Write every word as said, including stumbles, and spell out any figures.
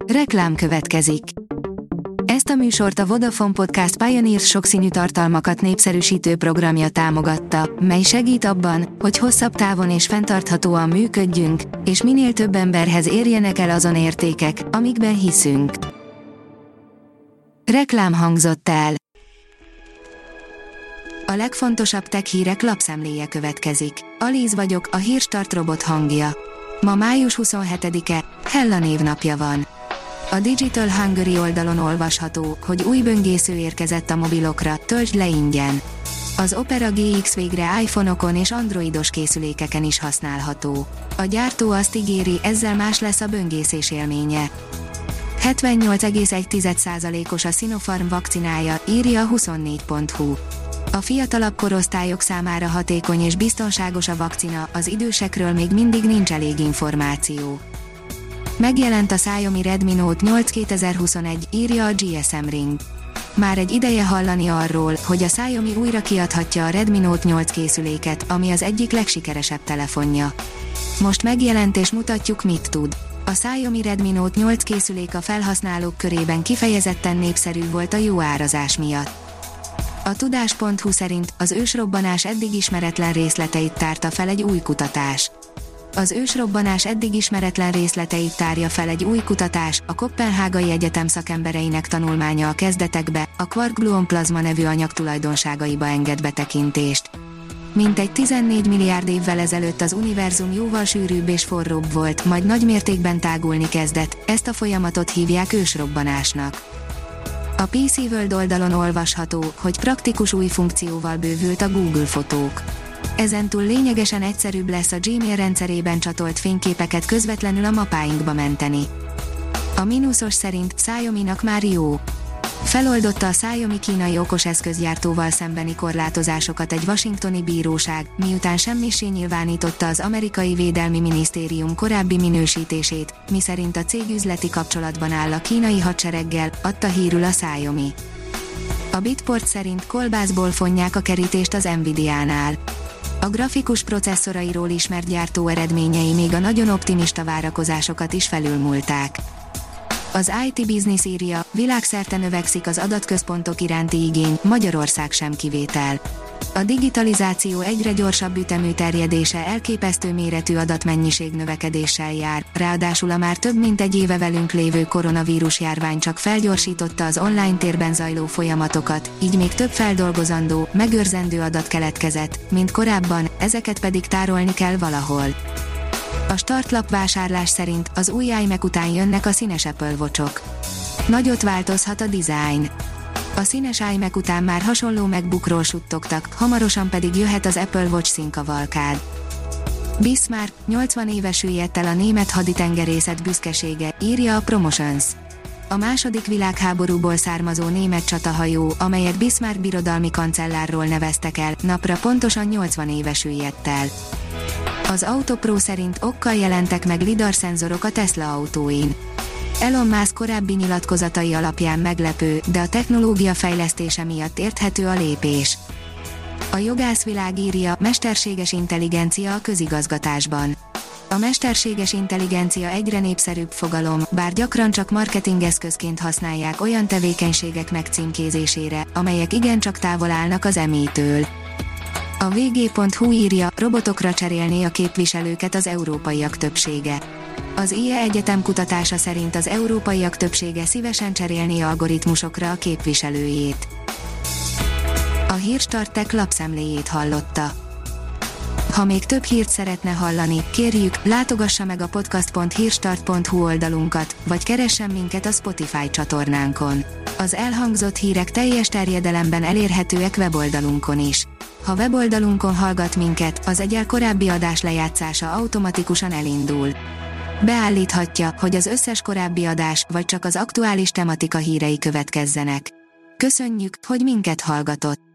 Reklám következik. Ezt a műsort a Vodafone Podcast Pioneers sokszínű tartalmakat népszerűsítő programja támogatta, mely segít abban, hogy hosszabb távon és fenntarthatóan működjünk, és minél több emberhez érjenek el azon értékek, amikben hiszünk. Reklám hangzott el. A legfontosabb tech hírek lapszemléje következik. Alíz vagyok, a Hírstart robot hangja. Ma május huszonhetedike, Hella névnapja van. A Digital Hungary oldalon olvasható, hogy új böngésző érkezett a mobilokra, töltsd le ingyen. Az Opera gé iksz végre iPhone-okon és androidos készülékeken is használható. A gyártó azt ígéri, ezzel más lesz a böngészés élménye. hetvennyolc egész egy százalékos a Sinopharm vakcinája, írja a huszonnégy pont hu. A fiatalabb korosztályok számára hatékony és biztonságos a vakcina, az idősekről még mindig nincs elég információ. Megjelent a Xiaomi Redmi Note nyolc kétezer-huszonegy, írja a gé es em Ring. Már egy ideje hallani arról, hogy a Xiaomi újra kiadhatja a Redmi Note nyolc készüléket, ami az egyik legsikeresebb telefonja. Most megjelent és mutatjuk, mit tud. A Xiaomi Redmi Note nyolc készülék a felhasználók körében kifejezetten népszerű volt a jó árazás miatt. A tudás pont hu szerint az ősrobbanás eddig ismeretlen részleteit tárta fel egy új kutatás. Az ősrobbanás eddig ismeretlen részleteit tárja fel egy új kutatás, a Koppenhágai Egyetem szakembereinek tanulmánya a kezdetekbe, a quark-gluon plazma nevű anyag tulajdonságaiba enged betekintést. Mintegy tizennégy milliárd évvel ezelőtt az univerzum jóval sűrűbb és forróbb volt, majd nagy mértékben tágulni kezdett, ezt a folyamatot hívják ősrobbanásnak. A pé cé World oldalon olvasható, hogy praktikus új funkcióval bővült a Google Fotók. Ezentúl lényegesen egyszerűbb lesz a Gmail rendszerében csatolt fényképeket közvetlenül a mapáinkba menteni. A mínuszos szerint Xiaomi-nak már jó. Feloldotta a Xiaomi kínai okoseszközgyártóval szembeni korlátozásokat egy washingtoni bíróság, miután semmissé nyilvánította az amerikai védelmi minisztérium korábbi minősítését, miszerint a cég üzleti kapcsolatban áll a kínai hadsereggel, adta hírül a Xiaomi. A Bitport szerint kolbászból fonják a kerítést az Nvidia-nál. A grafikus processzorairól ismert gyártó eredményei még a nagyon optimista várakozásokat is felülmúlták. Az i té Business írja, világszerte növekszik az adatközpontok iránti igény, Magyarország sem kivétel. A digitalizáció egyre gyorsabb ütemű terjedése elképesztő méretű adatmennyiség növekedéssel jár, ráadásul a már több mint egy éve velünk lévő koronavírus járvány csak felgyorsította az online térben zajló folyamatokat, így még több feldolgozandó, megőrzendő adat keletkezett, mint korábban, ezeket pedig tárolni kell valahol. A startlap vásárlás szerint az új iMac után jönnek a színes Apple Watch-ok. Nagyot változhat a design. A színes iMac után már hasonló MacBookról suttogtak, hamarosan pedig jöhet az Apple Watch színkavalkád. Bismarck, nyolcvan éve süllyedt el a német haditengerészet büszkesége, írja a Promotions. A második világháborúból származó német csatahajó, amelyet Bismarck birodalmi kancellárról neveztek el, napra pontosan nyolcvan éve süllyedt el. Az Autopro szerint okkal jelentek meg lidar szenzorok a Tesla autóin. Elon Musk korábbi nyilatkozatai alapján meglepő, de a technológia fejlesztése miatt érthető a lépés. A jogászvilág írja, mesterséges intelligencia a közigazgatásban. A mesterséges intelligencia egyre népszerűbb fogalom, bár gyakran csak marketingeszközként használják olyan tevékenységek megcímkézésére, amelyek igencsak távol állnak az em i-től. A vé gé pont hu írja, robotokra cserélné a képviselőket az európaiak többsége. Az i e Egyetem kutatása szerint az európaiak többsége szívesen cserélné algoritmusokra a képviselőjét. A Hírstart Tech lapszemléjét hallotta. Ha még több hírt szeretne hallani, kérjük, látogassa meg a podcast pont hírstart pont hu oldalunkat, vagy keressen minket a Spotify csatornánkon. Az elhangzott hírek teljes terjedelemben elérhetőek weboldalunkon is. Ha weboldalunkon hallgat minket, az egyel korábbi adás lejátszása automatikusan elindul. Beállíthatja, hogy az összes korábbi adás, vagy csak az aktuális tematika hírei következzenek. Köszönjük, hogy minket hallgatott!